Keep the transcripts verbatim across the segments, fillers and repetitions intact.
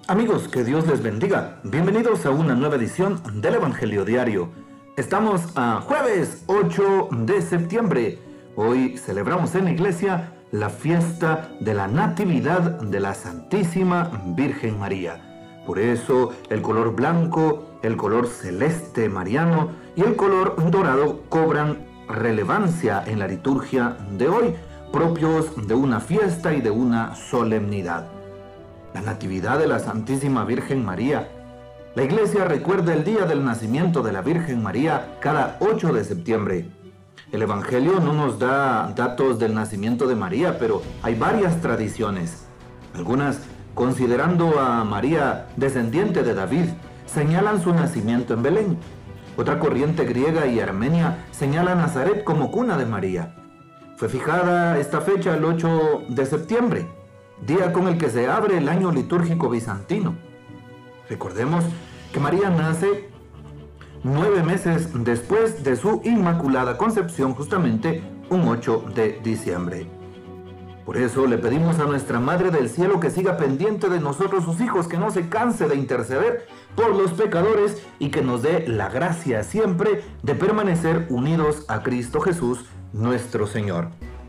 Amigos, que Dios les bendiga. Bienvenidos a una nueva edición del Evangelio Diario. Estamos a jueves ocho de septiembre. Hoy celebramos en la iglesia la fiesta de la Natividad de la Santísima Virgen María. Por eso el color blanco, el color celeste mariano y el color dorado cobran relevancia en la liturgia de hoy, propios de una fiesta y de una solemnidad. La Natividad de la Santísima Virgen María. La Iglesia recuerda el día del nacimiento de la Virgen María cada ocho de septiembre. El Evangelio no nos da datos del nacimiento de María, pero hay varias tradiciones. Algunas, considerando a María descendiente de David, señalan su nacimiento en Belén. Otra corriente griega y armenia señala a Nazaret como cuna de María. Fue fijada esta fecha el ocho de septiembre. Día con el que se abre el año litúrgico bizantino. Recordemos que María nace nueve meses después de su Inmaculada Concepción, justamente un ocho de diciembre. Por eso le pedimos a nuestra Madre del Cielo que siga pendiente de nosotros sus hijos, que no se canse de interceder por los pecadores y que nos dé la gracia siempre de permanecer unidos a Cristo Jesús, nuestro Señor.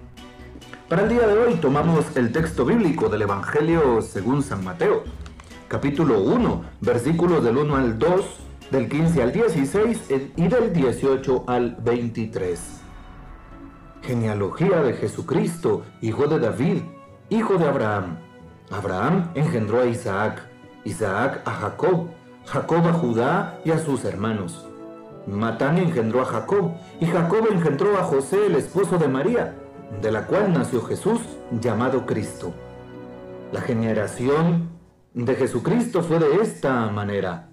Para el día de hoy tomamos el texto bíblico del Evangelio según San Mateo, capítulo uno, versículos del uno al dos, del quince al dieciséis y del dieciocho al veintitrés. Genealogía de Jesucristo, hijo de David, hijo de Abraham. Abraham engendró a Isaac, Isaac a Jacob, Jacob a Judá y a sus hermanos. Matán engendró a Jacob, y Jacob engendró a José, el esposo de María, de la cual nació Jesús, llamado Cristo. La generación de Jesucristo fue de esta manera.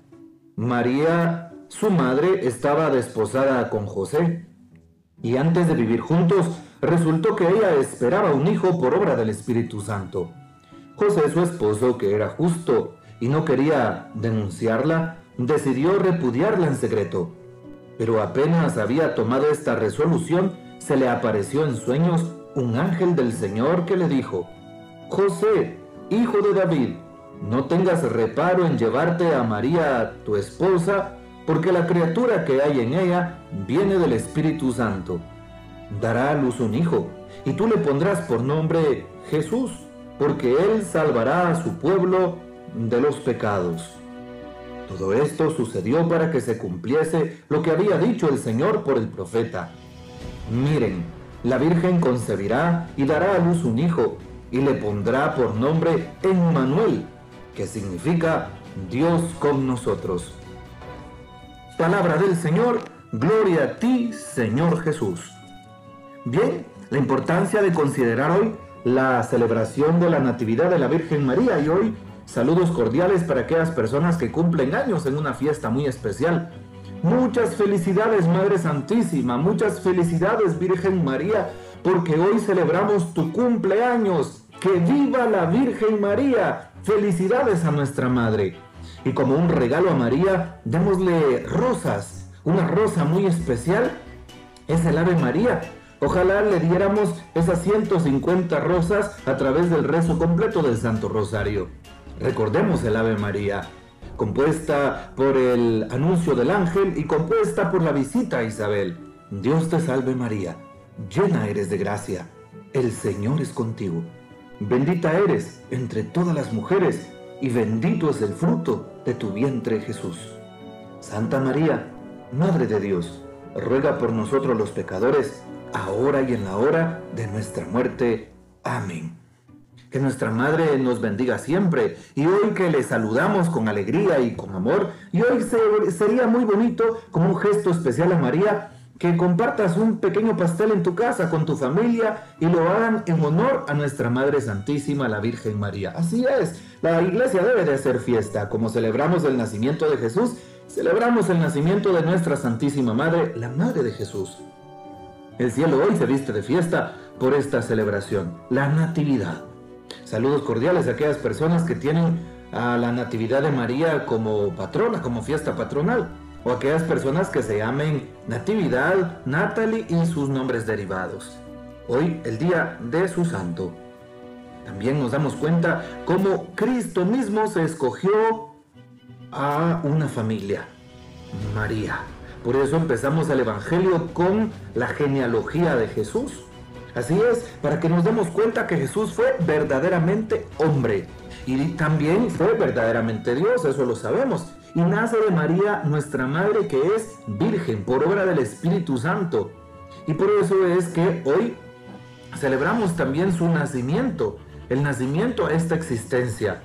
María, su madre, estaba desposada con José, y antes de vivir juntos, resultó que ella esperaba un hijo por obra del Espíritu Santo. José, su esposo, que era justo y no quería denunciarla, decidió repudiarla en secreto. Pero apenas había tomado esta resolución, se le apareció en sueños un ángel del Señor que le dijo: José, hijo de David, no tengas reparo en llevarte a María, tu esposa, porque la criatura que hay en ella viene del Espíritu Santo. Dará a luz un hijo, y tú le pondrás por nombre Jesús, porque él salvará a su pueblo de los pecados. Todo esto sucedió para que se cumpliese lo que había dicho el Señor por el profeta. Miren, la Virgen concebirá y dará a luz un hijo, y le pondrá por nombre Emmanuel, que significa Dios con nosotros. Palabra del Señor, gloria a ti, Señor Jesús. Bien, la importancia de considerar hoy la celebración de la Natividad de la Virgen María, y hoy saludos cordiales para aquellas personas que cumplen años en una fiesta muy especial. Muchas felicidades, Madre Santísima, muchas felicidades, Virgen María, porque hoy celebramos tu cumpleaños. ¡Que viva la Virgen María! Felicidades a nuestra Madre. Y como un regalo a María, démosle rosas. Una rosa muy especial es el Ave María. Ojalá le diéramos esas ciento cincuenta rosas a través del rezo completo del Santo Rosario. Recordemos el Ave María, compuesta por el anuncio del ángel y compuesta por la visita a Isabel. Dios te salve María, llena eres de gracia, el Señor es contigo. Bendita eres entre todas las mujeres, y bendito es el fruto de tu vientre Jesús. Santa María, Madre de Dios, ruega por nosotros los pecadores, ahora y en la hora de nuestra muerte. Amén. Que nuestra Madre nos bendiga siempre, y hoy que le saludamos con alegría y con amor, y hoy se, sería muy bonito, como un gesto especial a María, que compartas un pequeño pastel en tu casa con tu familia y lo hagan en honor a nuestra Madre Santísima, la Virgen María. Así es, la iglesia debe de hacer fiesta. Como celebramos el nacimiento de Jesús, celebramos el nacimiento de nuestra Santísima Madre, la Madre de Jesús. El cielo hoy se viste de fiesta por esta celebración, la Natividad. Saludos cordiales a aquellas personas que tienen a la Natividad de María como patrona, como fiesta patronal, o aquellas personas que se llamen Natividad, Natalie y sus nombres derivados. Hoy el día de su santo. También nos damos cuenta cómo Cristo mismo se escogió a una familia, María. Por eso empezamos el Evangelio con la genealogía de Jesús. Así es, para que nos demos cuenta que Jesús fue verdaderamente hombre y también fue verdaderamente Dios, eso lo sabemos. Y nace de María, nuestra madre, que es virgen por obra del Espíritu Santo. Y por eso es que hoy celebramos también su nacimiento, el nacimiento a esta existencia.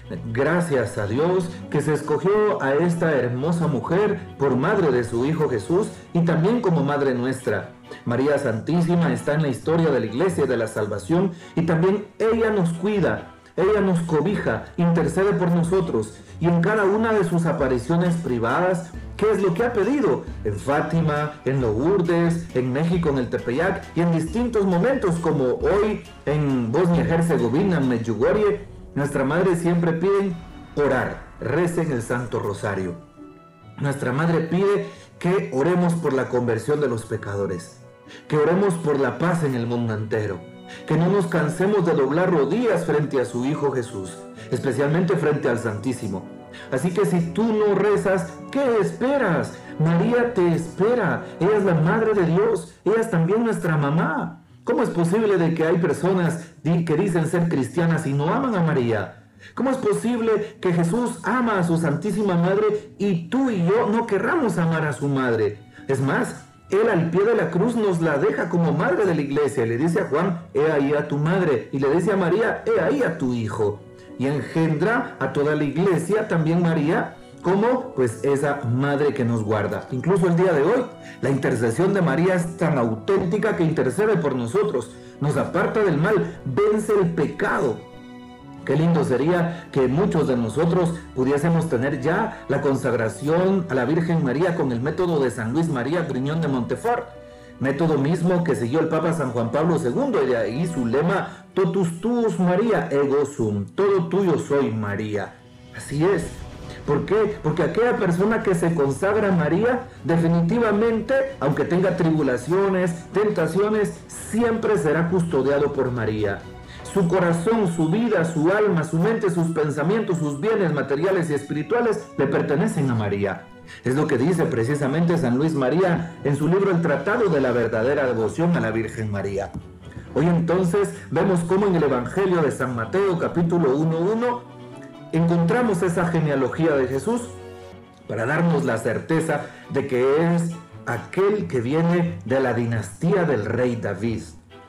Gracias a Dios que se escogió a esta hermosa mujer por madre de su Hijo Jesús y también como madre nuestra. María Santísima está en la historia de la Iglesia y de la salvación y también ella nos cuida, ella nos cobija, intercede por nosotros y en cada una de sus apariciones privadas, ¿qué es lo que ha pedido? En Fátima, en Lourdes, en México, en el Tepeyac y en distintos momentos como hoy en Bosnia y Herzegovina, en Medjugorje. Nuestra Madre siempre pide orar, recen el Santo Rosario. Nuestra Madre pide que oremos por la conversión de los pecadores, que oremos por la paz en el mundo entero, que no nos cansemos de doblar rodillas frente a su Hijo Jesús, especialmente frente al Santísimo. Así que si tú no rezas, ¿qué esperas? María te espera, ella es la Madre de Dios, ella es también nuestra mamá. ¿Cómo es posible de que hay personas que dicen ser cristianas y no aman a María? ¿Cómo es posible que Jesús ama a su Santísima Madre y tú y yo no querramos amar a su Madre? Es más, Él al pie de la cruz nos la deja como Madre de la Iglesia. Le dice a Juan, he ahí a tu Madre. Y le dice a María, he ahí a tu Hijo. Y engendra a toda la Iglesia, también María, como pues esa madre que nos guarda. Incluso el día de hoy, la intercesión de María es tan auténtica que intercede por nosotros, nos aparta del mal, vence el pecado. Qué lindo sería que muchos de nosotros pudiésemos tener ya la consagración a la Virgen María con el método de San Luis María Griñón de Montfort, método mismo que siguió el Papa San Juan Pablo segundo, y de ahí su lema, totus tuus María ego sum, todo tuyo soy María. Así es. ¿Por qué? Porque aquella persona que se consagra a María, definitivamente, aunque tenga tribulaciones, tentaciones, siempre será custodiado por María. Su corazón, su vida, su alma, su mente, sus pensamientos, sus bienes materiales y espirituales le pertenecen a María. Es lo que dice precisamente San Luis María en su libro El Tratado de la Verdadera Devoción a la Virgen María. Hoy entonces vemos cómo en el Evangelio de San Mateo, capítulo uno uno, encontramos esa genealogía de Jesús para darnos la certeza de que es aquel que viene de la dinastía del rey David.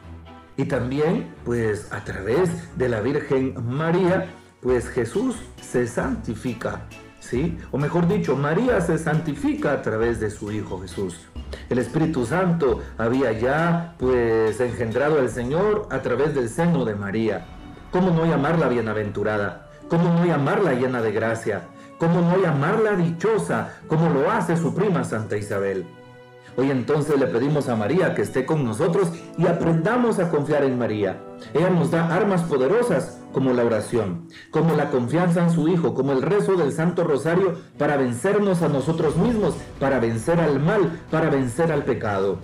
Y también, pues a través de la Virgen María, pues Jesús se santifica, ¿sí? O mejor dicho, María se santifica a través de su Hijo Jesús. El Espíritu Santo había ya, pues, engendrado al Señor a través del seno de María. ¿Cómo no llamarla bienaventurada? ¿Cómo no llamarla llena de gracia? ¿Cómo no llamarla dichosa, como lo hace su prima Santa Isabel? Hoy entonces le pedimos a María que esté con nosotros y aprendamos a confiar en María. Ella nos da armas poderosas como la oración, como la confianza en su Hijo, como el rezo del Santo Rosario para vencernos a nosotros mismos, para vencer al mal, para vencer al pecado.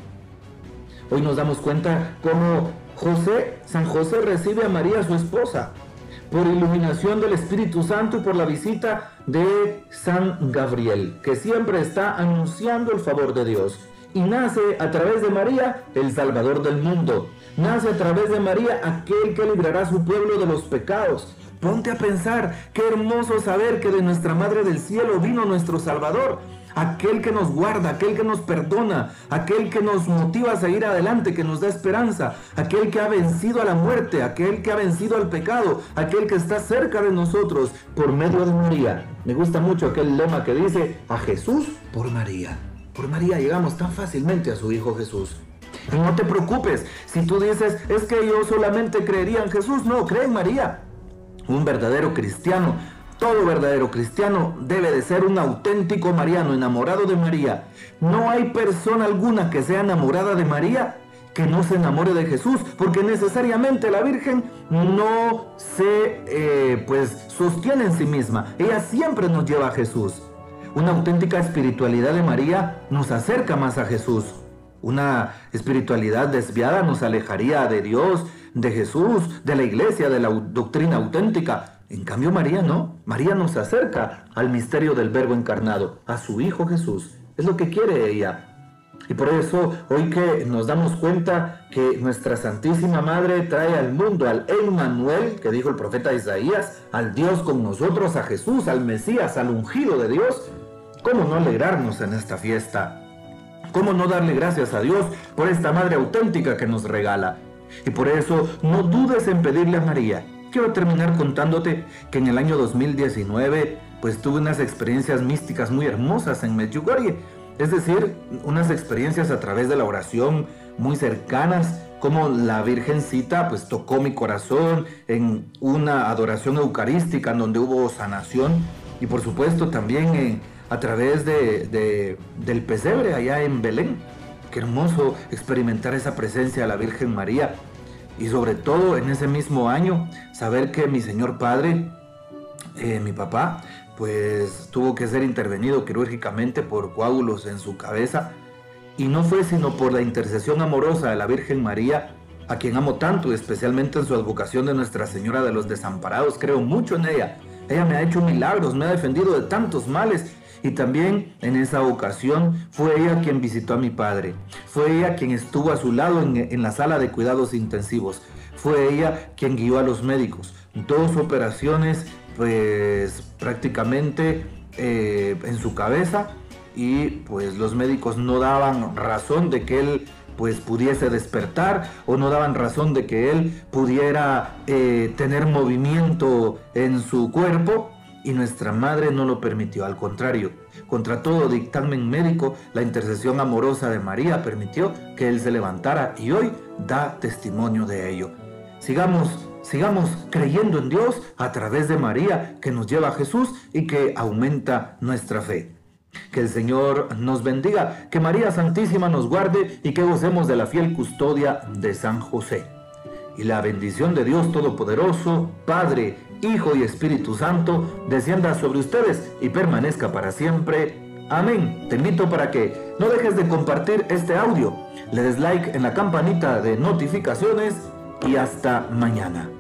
Hoy nos damos cuenta cómo José, San José recibe a María, su esposa, por iluminación del Espíritu Santo y por la visita de San Gabriel, que siempre está anunciando el favor de Dios. Y nace a través de María el Salvador del mundo. Nace a través de María aquel que librará a su pueblo de los pecados. Ponte a pensar, qué hermoso saber que de nuestra Madre del Cielo vino nuestro Salvador. Aquel que nos guarda, aquel que nos perdona, aquel que nos motiva a seguir adelante, que nos da esperanza, aquel que ha vencido a la muerte, aquel que ha vencido al pecado, aquel que está cerca de nosotros por medio de María. Me gusta mucho aquel lema que dice, a Jesús por María. Por María llegamos tan fácilmente a su Hijo Jesús. Y no te preocupes, si tú dices, es que yo solamente creería en Jesús, no, cree en María. Un verdadero cristiano, todo verdadero cristiano debe de ser un auténtico mariano, enamorado de María. No hay persona alguna que sea enamorada de María que no se enamore de Jesús, porque necesariamente la Virgen no se eh, pues sostiene en sí misma. Ella siempre nos lleva a Jesús. Una auténtica espiritualidad de María nos acerca más a Jesús. Una espiritualidad desviada nos alejaría de Dios, de Jesús, de la iglesia, de la doctrina auténtica. En cambio María no. María nos acerca al misterio del Verbo encarnado, a su Hijo Jesús. Es lo que quiere ella. Y por eso, hoy que nos damos cuenta que nuestra Santísima Madre trae al mundo al Emmanuel, que dijo el profeta Isaías, al Dios con nosotros, a Jesús, al Mesías, al ungido de Dios, ¿cómo no alegrarnos en esta fiesta? ¿Cómo no darle gracias a Dios por esta Madre auténtica que nos regala? Y por eso, no dudes en pedirle a María. Quiero terminar contándote que en el año dos mil diecinueve, pues tuve unas experiencias místicas muy hermosas en Medjugorje. Es decir, unas experiencias a través de la oración muy cercanas, como la Virgencita pues tocó mi corazón en una adoración eucarística en donde hubo sanación, y por supuesto también en, a través de, de, del pesebre allá en Belén. Qué hermoso experimentar esa presencia de la Virgen María, y sobre todo en ese mismo año saber que mi Señor Padre, eh, mi papá, pues tuvo que ser intervenido quirúrgicamente por coágulos en su cabeza, y no fue sino por la intercesión amorosa de la Virgen María, a quien amo tanto, especialmente en su advocación de Nuestra Señora de los Desamparados. Creo mucho en ella. Ella me ha hecho milagros, me ha defendido de tantos males, y también en esa ocasión fue ella quien visitó a mi padre, fue ella quien estuvo a su lado en, en la sala de cuidados intensivos, fue ella quien guió a los médicos. Dos operaciones pues prácticamente eh, en su cabeza, y pues los médicos no daban razón de que él pues pudiese despertar, o no daban razón de que él pudiera eh, tener movimiento en su cuerpo, y nuestra madre no lo permitió. Al contrario, contra todo dictamen médico, la intercesión amorosa de María permitió que él se levantara, y hoy da testimonio de ello. Sigamos Sigamos creyendo en Dios a través de María, que nos lleva a Jesús y que aumenta nuestra fe. Que el Señor nos bendiga, que María Santísima nos guarde y que gocemos de la fiel custodia de San José. Y la bendición de Dios Todopoderoso, Padre, Hijo y Espíritu Santo, descienda sobre ustedes y permanezca para siempre. Amén. Te invito para que no dejes de compartir este audio, le des like en la campanita de notificaciones, y hasta mañana.